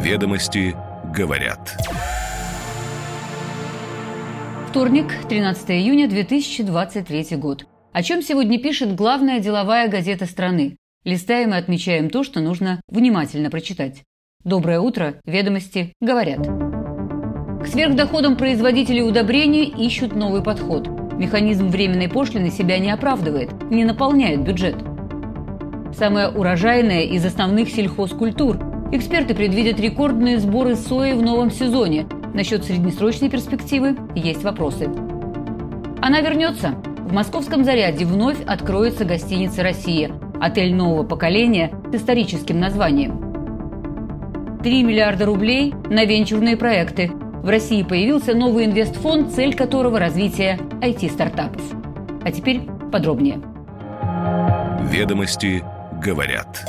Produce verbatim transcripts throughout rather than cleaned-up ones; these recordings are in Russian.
Ведомости говорят. Вторник, тринадцатое июня две тысячи двадцать третий год. О чем сегодня пишет главная деловая газета страны? Листаем и отмечаем то, что нужно внимательно прочитать. Доброе утро, ведомости говорят. К сверхдоходам производителей удобрений ищут новый подход. Механизм временной пошлины себя не оправдывает, не наполняет бюджет. Самая урожайная из основных сельхозкультур. Эксперты предвидят рекордные сборы сои в новом сезоне. Насчет среднесрочной перспективы есть вопросы. Она вернется. В московском Зарядье вновь откроется гостиница «Россия». Отель нового поколения с историческим названием. три миллиарда рублей на венчурные проекты. В России появился новый инвестфонд, цель которого – развитие ай ти-стартапов. А теперь подробнее. Ведомости говорят.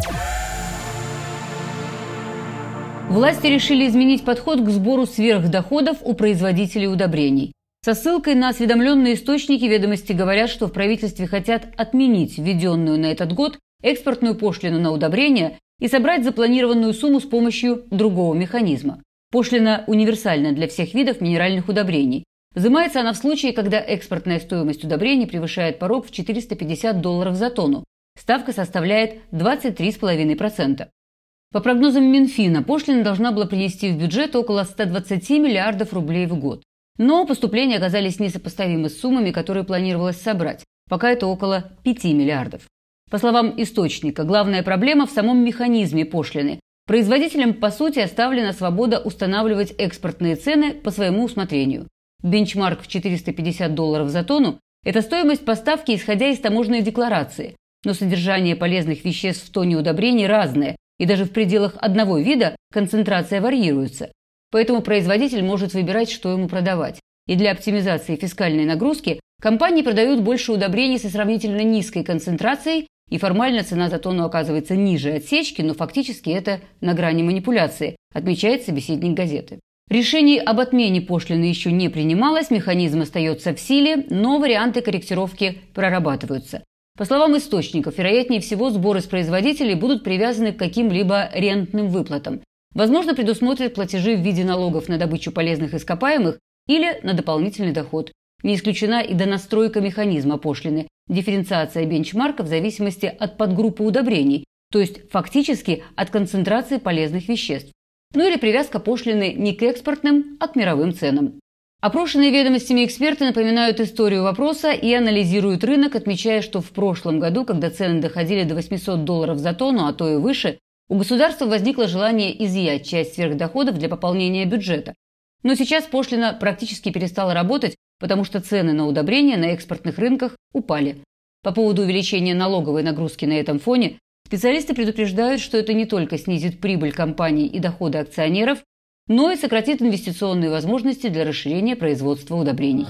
Власти решили изменить подход к сбору сверхдоходов у производителей удобрений. Со ссылкой на осведомленные источники ведомости говорят, что в правительстве хотят отменить введенную на этот год экспортную пошлину на удобрения и собрать запланированную сумму с помощью другого механизма. Пошлина универсальна для всех видов минеральных удобрений. Взимается она в случае, когда экспортная стоимость удобрений превышает порог в четыреста пятьдесят долларов за тонну. Ставка составляет двадцать три целых пять десятых процента. По прогнозам Минфина, пошлина должна была принести в бюджет около ста двадцати миллиардов рублей в год. Но поступления оказались несопоставимы с суммами, которые планировалось собрать. Пока это около пяти миллиардов. По словам источника, главная проблема в самом механизме пошлины. Производителям, по сути, оставлена свобода устанавливать экспортные цены по своему усмотрению. Бенчмарк в четыреста пятьдесят долларов за тонну – это стоимость поставки, исходя из таможенной декларации. Но содержание полезных веществ в тонне удобрений разное, и даже в пределах одного вида концентрация варьируется. Поэтому производитель может выбирать, что ему продавать. И для оптимизации фискальной нагрузки компании продают больше удобрений со сравнительно низкой концентрацией, и формально цена за тонну оказывается ниже отсечки, но фактически это на грани манипуляции, отмечает собеседник газеты. Решение об отмене пошлины еще не принималось, механизм остается в силе, но варианты корректировки прорабатываются. По словам источников, вероятнее всего сборы с производителей будут привязаны к каким-либо рентным выплатам. Возможно, предусмотрят платежи в виде налогов на добычу полезных ископаемых или на дополнительный доход. Не исключена и донастройка механизма пошлины, дифференциация бенчмарка в зависимости от подгруппы удобрений, то есть фактически от концентрации полезных веществ. Ну или привязка пошлины не к экспортным, а к мировым ценам. Опрошенные ведомостями эксперты напоминают историю вопроса и анализируют рынок, отмечая, что в прошлом году, когда цены доходили до восьмисот долларов за тонну, а то и выше, у государства возникло желание изъять часть сверхдоходов для пополнения бюджета. Но сейчас пошлина практически перестала работать, потому что цены на удобрения на экспортных рынках упали. По поводу увеличения налоговой нагрузки на этом фоне специалисты предупреждают, что это не только снизит прибыль компаний и доходы акционеров, но и сократит инвестиционные возможности для расширения производства удобрений.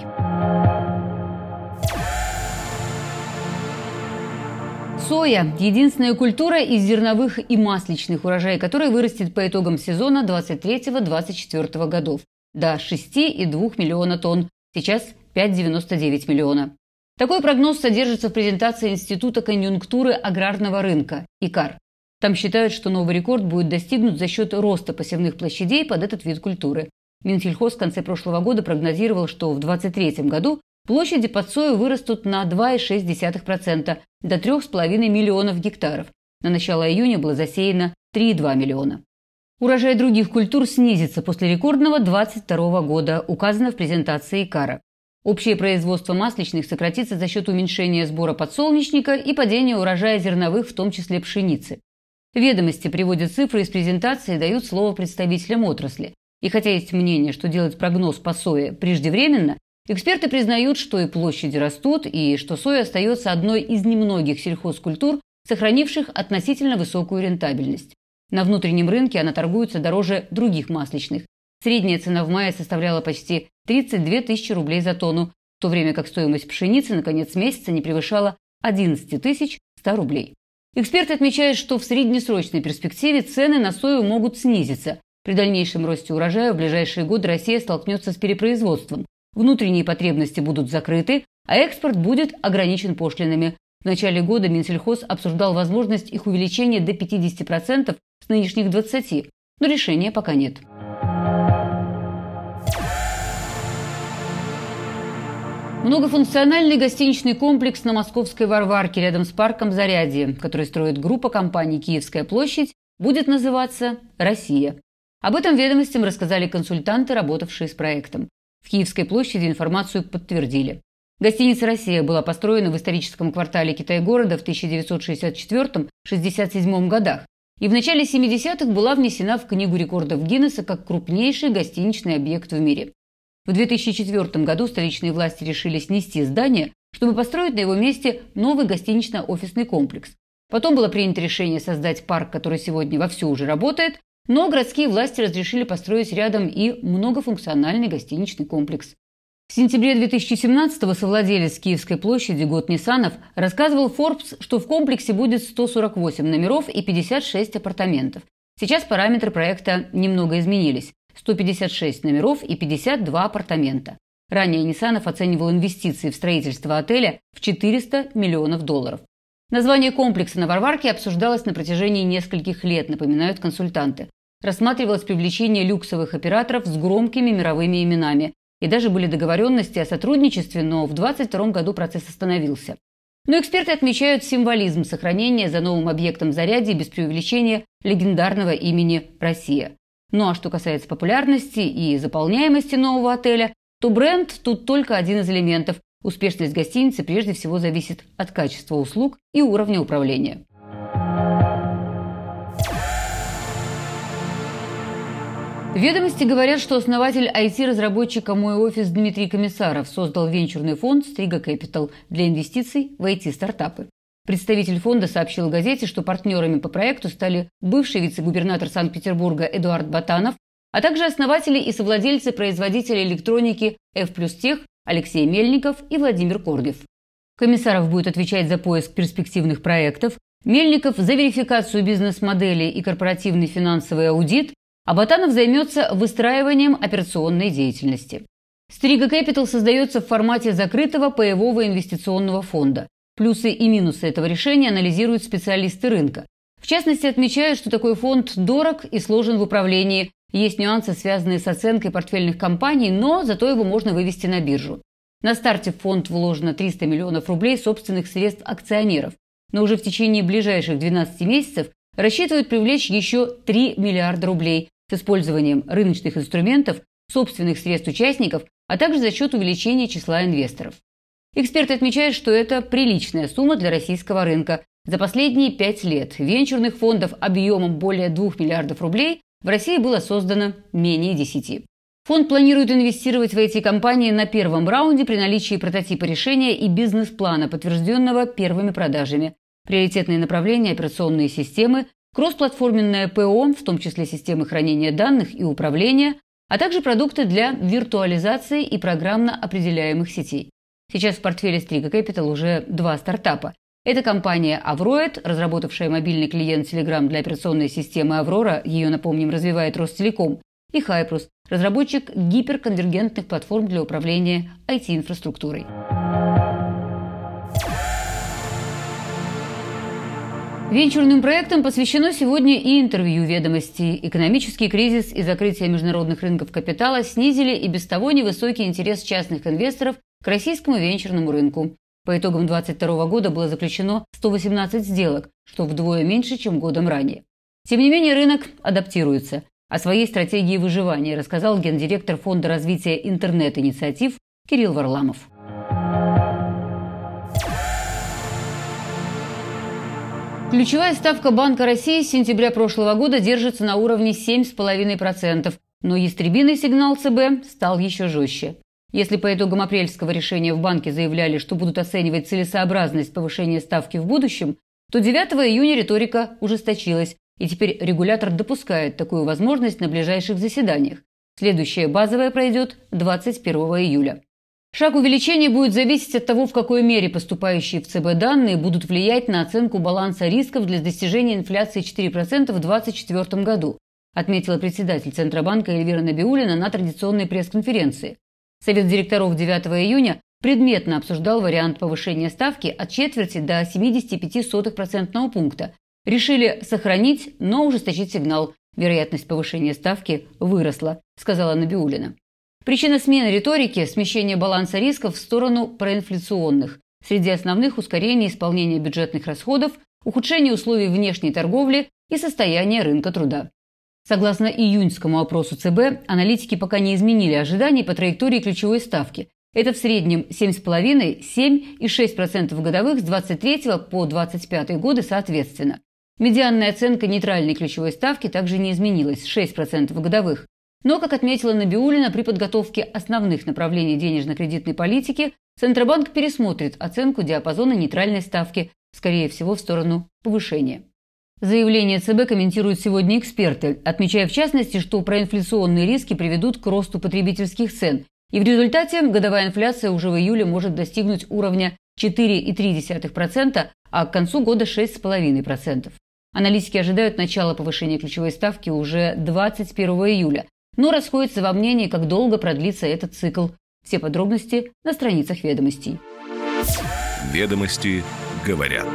Соя – единственная культура из зерновых и масличных, урожай которой вырастет по итогам сезона двадцать третьего — двадцать четвёртого годов до шести целых двух десятых миллиона тонн, сейчас пять целых девяносто девять миллиона. Такой прогноз содержится в презентации Института конъюнктуры аграрного рынка (ИКАР). Там считают, что новый рекорд будет достигнут за счет роста посевных площадей под этот вид культуры. Минсельхоз в конце прошлого года прогнозировал, что в двадцать третьем году площади под сою вырастут на два целых шесть десятых процента до трёх с половиной миллионов гектаров. На начало июня было засеяно три целых два миллиона. Урожай других культур снизится после рекордного двадцать второго года, указано в презентации ИКАРа. Общее производство масличных сократится за счет уменьшения сбора подсолнечника и падения урожая зерновых, в том числе пшеницы. Ведомости приводят цифры из презентации и дают слово представителям отрасли. И хотя есть мнение, что делать прогноз по сое преждевременно, эксперты признают, что и площади растут, и что соя остается одной из немногих сельхозкультур, сохранивших относительно высокую рентабельность. На внутреннем рынке она торгуется дороже других масличных. Средняя цена в мае составляла почти тридцать две тысячи рублей за тонну, в то время как стоимость пшеницы на конец месяца не превышала одиннадцать тысяч ста рублей. Эксперты отмечают, что в среднесрочной перспективе цены на сою могут снизиться. При дальнейшем росте урожая в ближайшие годы Россия столкнется с перепроизводством. Внутренние потребности будут закрыты, а экспорт будет ограничен пошлинами. В начале года Минсельхоз обсуждал возможность их увеличения до пятидесяти процентов с нынешних двадцати процентов. но решения пока нет. Многофункциональный гостиничный комплекс на Московской Варварке рядом с парком Зарядье, который строит группа компаний «Киевская площадь», будет называться «Россия». Об этом ведомостям рассказали консультанты, работавшие с проектом. В Киевской площади информацию подтвердили. Гостиница «Россия» была построена в историческом квартале Китай-города в тысяча девятьсот шестьдесят четвёртом — шестьдесят седьмом годах и в начале семидесятых была внесена в Книгу рекордов Гиннесса как крупнейший гостиничный объект в мире. В две тысячи четвёртом году столичные власти решили снести здание, чтобы построить на его месте новый гостинично-офисный комплекс. Потом было принято решение создать парк, который сегодня вовсю уже работает, но городские власти разрешили построить рядом и многофункциональный гостиничный комплекс. В сентябре две тысячи семнадцатого совладелец Киевской площади Гот Ниссанов рассказывал Forbes, что в комплексе будет сто сорок восемь номеров и пятьдесят шесть апартаментов. Сейчас параметры проекта немного изменились – сто пятьдесят шесть номеров и пятьдесят два апартамента. Ранее Ниссанов оценивал инвестиции в строительство отеля в четыреста миллионов долларов. Название комплекса на Варварке обсуждалось на протяжении нескольких лет, напоминают консультанты. Рассматривалось привлечение люксовых операторов с громкими мировыми именами. И даже были договоренности о сотрудничестве, но в две тысячи двадцать втором году процесс остановился. Но эксперты отмечают символизм сохранения за новым объектом Зарядье без преувеличения легендарного имени «Россия». Ну а что касается популярности и заполняемости нового отеля, то бренд тут только один из элементов. Успешность гостиницы прежде всего зависит от качества услуг и уровня управления. Ведомости говорят, что основатель ай ти-разработчика «Мой офис» Дмитрий Комиссаров создал венчурный фонд «Стрига Capital» для инвестиций в ай ти-стартапы. Представитель фонда сообщил газете, что партнерами по проекту стали бывший вице-губернатор Санкт-Петербурга Эдуард Ботанов, а также основатели и совладельцы производителя электроники F плюс Тех Алексей Мельников и Владимир Коргев. Комиссаров будет отвечать за поиск перспективных проектов, Мельников – за верификацию бизнес-модели и корпоративный финансовый аудит, а Ботанов займется выстраиванием операционной деятельности. Стрига Capital создается в формате закрытого паевого инвестиционного фонда. Плюсы и минусы этого решения анализируют специалисты рынка. В частности, отмечают, что такой фонд дорог и сложен в управлении. Есть нюансы, связанные с оценкой портфельных компаний, но зато его можно вывести на биржу. На старте в фонд вложено триста миллионов рублей собственных средств акционеров. Но уже в течение ближайших двенадцати месяцев рассчитывают привлечь еще три миллиарда рублей с использованием рыночных инструментов, собственных средств участников, а также за счет увеличения числа инвесторов. Эксперты отмечают, что это приличная сумма для российского рынка. За последние пять лет венчурных фондов объемом более двух миллиардов рублей в России было создано менее десяти. Фонд планирует инвестировать в ай ти-компании на первом раунде при наличии прототипа решения и бизнес-плана, подтвержденного первыми продажами. Приоритетные направления – операционные системы, кроссплатформенное ПО, в том числе системы хранения данных и управления, а также продукты для виртуализации и программно определяемых сетей. Сейчас в портфеле Стрига Capital уже два стартапа. Это компания Avroid, разработавшая мобильный клиент Telegram для операционной системы Аврора, ее, напомним, развивает Ростелеком, и Hyprus, разработчик гиперконвергентных платформ для управления ай ти-инфраструктурой. Венчурным проектам посвящено сегодня и интервью «Ведомостей». Экономический кризис и закрытие международных рынков капитала снизили и без того невысокий интерес частных инвесторов к российскому венчурному рынку. По итогам две тысячи двадцать второго года было заключено сто восемнадцать сделок, что вдвое меньше, чем годом ранее. Тем не менее, рынок адаптируется. О своей стратегии выживания рассказал гендиректор Фонда развития интернет-инициатив Кирилл Варламов. Ключевая ставка Банка России с сентября прошлого года держится на уровне семь целых пять десятых процента, но ястребиный сигнал ЦБ стал еще жестче. Если по итогам апрельского решения в банке заявляли, что будут оценивать целесообразность повышения ставки в будущем, то девятого июня риторика ужесточилась, и теперь регулятор допускает такую возможность на ближайших заседаниях. Следующее базовое пройдет двадцать первого июля. Шаг увеличения будет зависеть от того, в какой мере поступающие в ЦБ данные будут влиять на оценку баланса рисков для достижения инфляции четыре процента в две тысячи двадцать четвёртом году, отметила председатель Центробанка Эльвира Набиуллина на традиционной пресс-конференции. Совет директоров девятого июня предметно обсуждал вариант повышения ставки от четверти до семидесяти пяти сотых процентного пункта. Решили сохранить, но ужесточить сигнал. Вероятность повышения ставки выросла, сказала Набиуллина. Причина смены риторики – смещение баланса рисков в сторону проинфляционных. Среди основных – ускорение исполнения бюджетных расходов, ухудшение условий внешней торговли и состояние рынка труда. Согласно июньскому опросу ЦБ, аналитики пока не изменили ожиданий по траектории ключевой ставки. Это в среднем семь целых пять десятых, семь и шесть десятых процента годовых с двадцать третьего по двадцать пятый годы соответственно. Медианная оценка нейтральной ключевой ставки также не изменилась – шесть процентов годовых. Но, как отметила Набиуллина, при подготовке основных направлений денежно-кредитной политики Центробанк пересмотрит оценку диапазона нейтральной ставки, скорее всего, в сторону повышения. Заявление ЦБ комментируют сегодня эксперты, отмечая в частности, что проинфляционные риски приведут к росту потребительских цен, и в результате годовая инфляция уже в июле может достигнуть уровня четыре целых три десятых процента, а к концу года шесть целых пять десятых процента. Аналитики ожидают начала повышения ключевой ставки уже двадцать первого июля, но расходятся во мнении, как долго продлится этот цикл. Все подробности на страницах «Ведомостей». Ведомости говорят.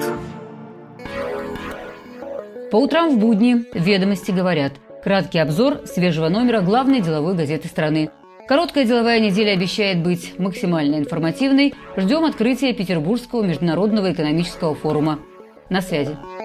По утрам в будни «Ведомости говорят». Краткий обзор свежего номера главной деловой газеты страны. Короткая деловая неделя обещает быть максимально информативной. Ждем открытия Петербургского международного экономического форума. На связи.